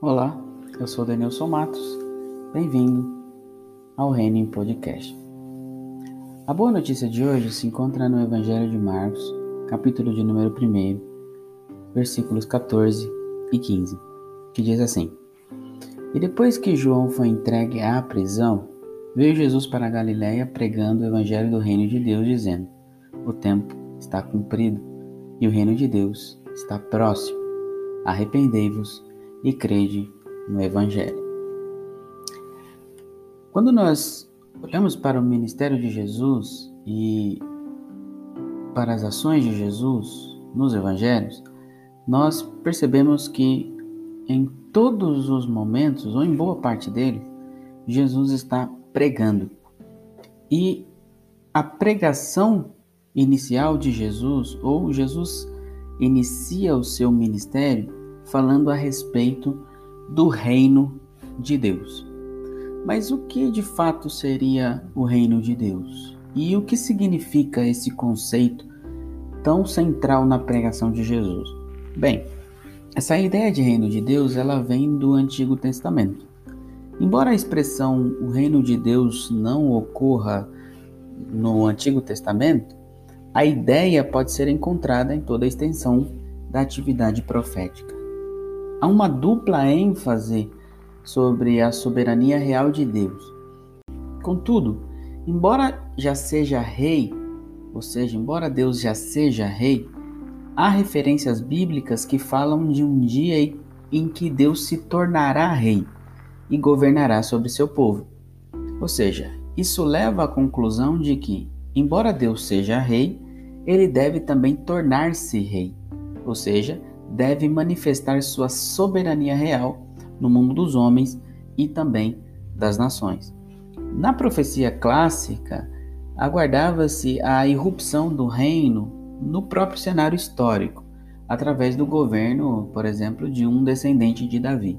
Olá, eu sou Denilson Matos, bem-vindo ao Reino em Podcast. A boa notícia de hoje se encontra no Evangelho de Marcos, capítulo de número 1, versículos 14 e 15, que diz assim: E depois que João foi entregue à prisão, veio Jesus para a Galiléia pregando o Evangelho do Reino de Deus, dizendo: O tempo está cumprido e o Reino de Deus está próximo. Arrependei-vos e crede no Evangelho. Quando nós olhamos para o ministério de Jesus e para as ações de Jesus nos Evangelhos, nós percebemos que em todos os momentos, ou em boa parte deles, Jesus está pregando. E a pregação inicial de Jesus, ou Jesus inicia o seu ministério falando a respeito do reino de Deus. Mas o que de fato seria o reino de Deus? E o que significa esse conceito tão central na pregação de Jesus? Bem, essa ideia de reino de Deus, ela vem do Antigo Testamento. Embora a expressão o reino de Deus não ocorra no Antigo Testamento, a ideia pode ser encontrada em toda a extensão da atividade profética. Há uma dupla ênfase sobre a soberania real de Deus. Contudo, embora já seja rei, ou seja, embora Deus já seja rei, há referências bíblicas que falam de um dia em que Deus se tornará rei e governará sobre seu povo. Ou seja, isso leva à conclusão de que, embora Deus seja rei, ele deve também tornar-se rei, ou seja, deve manifestar sua soberania real no mundo dos homens e também das nações. Na profecia clássica, aguardava-se a irrupção do reino no próprio cenário histórico, através do governo, por exemplo, de um descendente de Davi.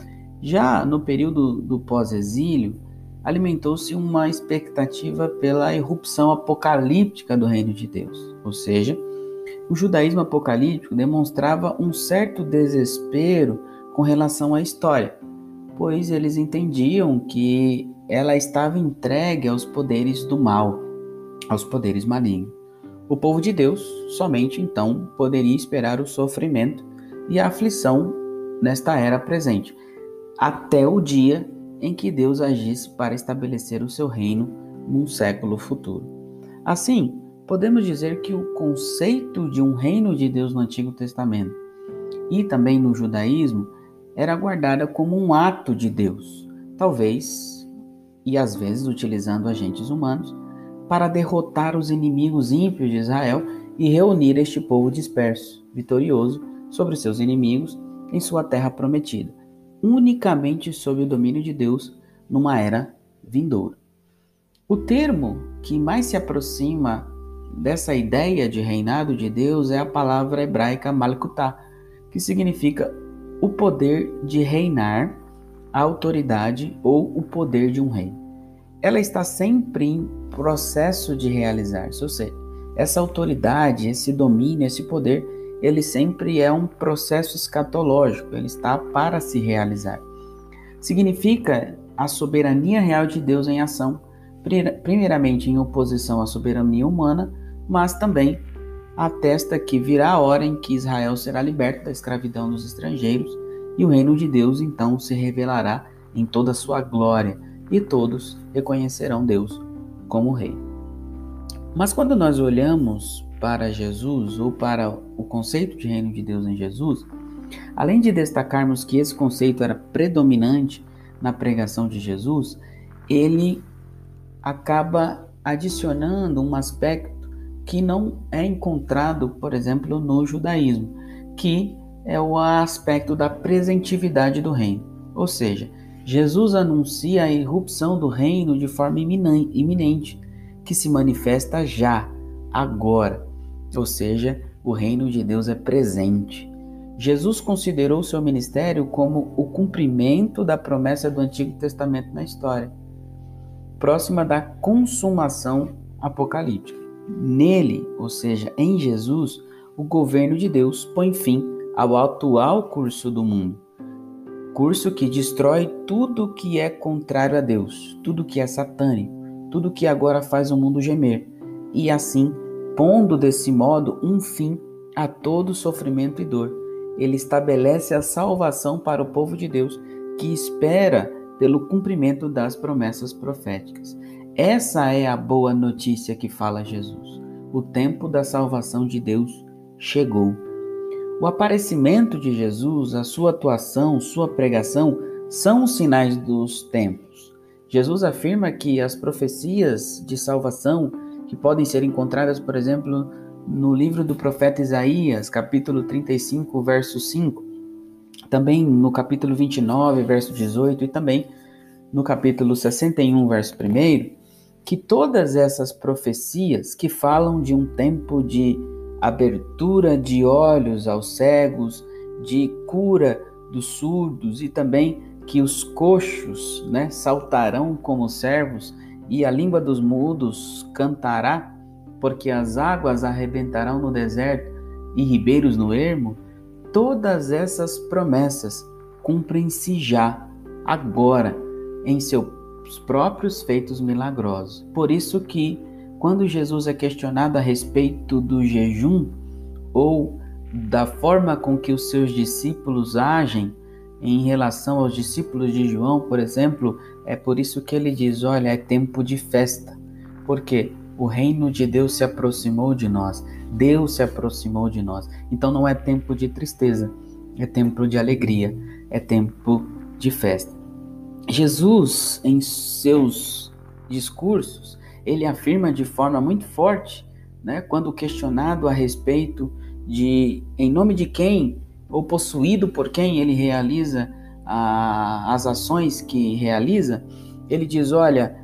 Já no período do pós-exílio, alimentou-se uma expectativa pela irrupção apocalíptica do reino de Deus, ou seja, o judaísmo apocalíptico demonstrava um certo desespero com relação à história, pois eles entendiam que ela estava entregue aos poderes do mal, aos poderes malignos. O povo de Deus somente então poderia esperar o sofrimento e a aflição nesta era presente, até o dia em que Deus agisse para estabelecer o seu reino num século futuro. Assim, podemos dizer que o conceito de um reino de Deus no Antigo Testamento e também no judaísmo era guardada como um ato de Deus, talvez e às vezes utilizando agentes humanos para derrotar os inimigos ímpios de Israel e reunir este povo disperso, vitorioso sobre seus inimigos em sua terra prometida, unicamente sob o domínio de Deus numa era vindoura. O termo que mais se aproxima dessa ideia de reinado de Deus é a palavra hebraica malkutá, que significa o poder de reinar, a autoridade ou o poder de um rei. Ela está sempre em processo de realizar-se, ou seja, essa autoridade, esse domínio, esse poder, ele sempre é um processo escatológico, ele está para se realizar. Significa a soberania real de Deus em ação, primeiramente em oposição à soberania humana, mas também atesta que virá a hora em que Israel será liberto da escravidão dos estrangeiros e o reino de Deus então se revelará em toda a sua glória e todos reconhecerão Deus como rei. Mas quando nós olhamos para Jesus ou para o conceito de reino de Deus em Jesus, além de destacarmos que esse conceito era predominante na pregação de Jesus, ele acaba adicionando um aspecto que não é encontrado, por exemplo, no judaísmo, que é o aspecto da presentividade do reino. Ou seja, Jesus anuncia a irrupção do reino de forma iminente, que se manifesta já, agora. Ou seja, o reino de Deus é presente. Jesus considerou seu ministério como o cumprimento da promessa do Antigo Testamento na história, próxima da consumação apocalíptica. Nele, ou seja, em Jesus, o governo de Deus põe fim ao atual curso do mundo. curso que destrói tudo que é contrário a Deus, tudo que é satânico, tudo que agora faz o mundo gemer, e assim, pondo desse modo um fim a todo sofrimento e dor. Ele estabelece a salvação para o povo de Deus, que espera pelo cumprimento das promessas proféticas. Essa é a boa notícia que fala Jesus. O tempo da salvação de Deus chegou. O aparecimento de Jesus, a sua atuação, sua pregação, são os sinais dos tempos. Jesus afirma que as profecias de salvação, que podem ser encontradas, por exemplo, no livro do profeta Isaías, capítulo 35, verso 5, também no capítulo 29, verso 18, e também no capítulo 61, verso 1, que todas essas profecias que falam de um tempo de abertura de olhos aos cegos, de cura dos surdos, e também que os coxos, saltarão como servos, e a língua dos mudos cantará, porque as águas arrebentarão no deserto e ribeiros no ermo. Todas essas promessas cumprem-se já, agora, em seus próprios feitos milagrosos. Por isso que, quando Jesus é questionado a respeito do jejum ou da forma com que os seus discípulos agem em relação aos discípulos de João, por exemplo, é por isso que ele diz, olha, é tempo de festa, porque o reino de Deus se aproximou de nós, Deus se aproximou de nós. Então não é tempo de tristeza, é tempo de alegria, é tempo de festa. Jesus, em seus discursos, ele afirma de forma muito forte, quando questionado a respeito de em nome de quem ou possuído por quem ele realiza as ações que realiza, ele diz, olha,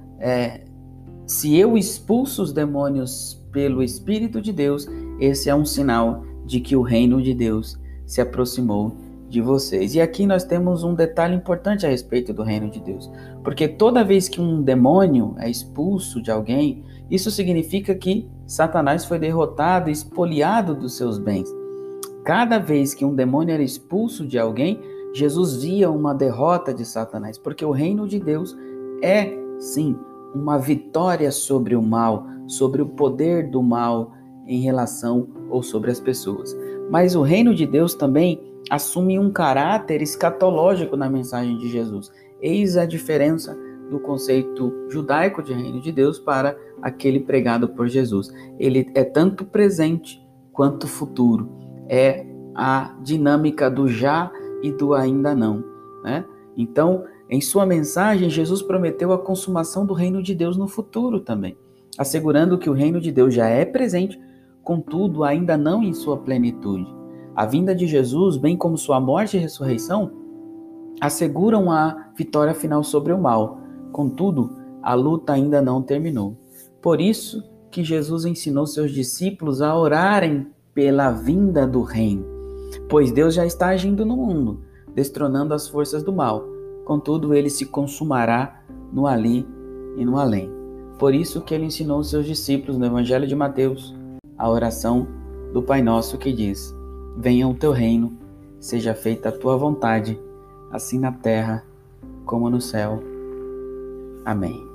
se eu expulso os demônios pelo Espírito de Deus, esse é um sinal de que o reino de Deus se aproximou de vocês. E aqui nós temos um detalhe importante a respeito do reino de Deus, porque toda vez que um demônio é expulso de alguém, isso significa que Satanás foi derrotado e espoliado dos seus bens. Cada vez que um demônio era expulso de alguém, Jesus via uma derrota de Satanás, porque o reino de Deus é, sim, uma vitória sobre o mal, sobre o poder do mal em relação ou sobre as pessoas. Mas o reino de Deus também assume um caráter escatológico na mensagem de Jesus. Eis a diferença do conceito judaico de reino de Deus para aquele pregado por Jesus. Ele é tanto presente quanto futuro. É a dinâmica do já e do ainda não, Então, em sua mensagem, Jesus prometeu a consumação do reino de Deus no futuro também, assegurando que o reino de Deus já é presente, contudo, ainda não em sua plenitude. A vinda de Jesus, bem como sua morte e ressurreição, asseguram a vitória final sobre o mal. Contudo, a luta ainda não terminou. Por isso que Jesus ensinou seus discípulos a orarem pela vinda do reino, pois Deus já está agindo no mundo, destronando as forças do mal. Contudo, ele se consumará no ali e no além. Por isso que ele ensinou seus discípulos no Evangelho de Mateus a oração do Pai Nosso que diz: venha o teu reino, seja feita a tua vontade, assim na terra como no céu. Amém.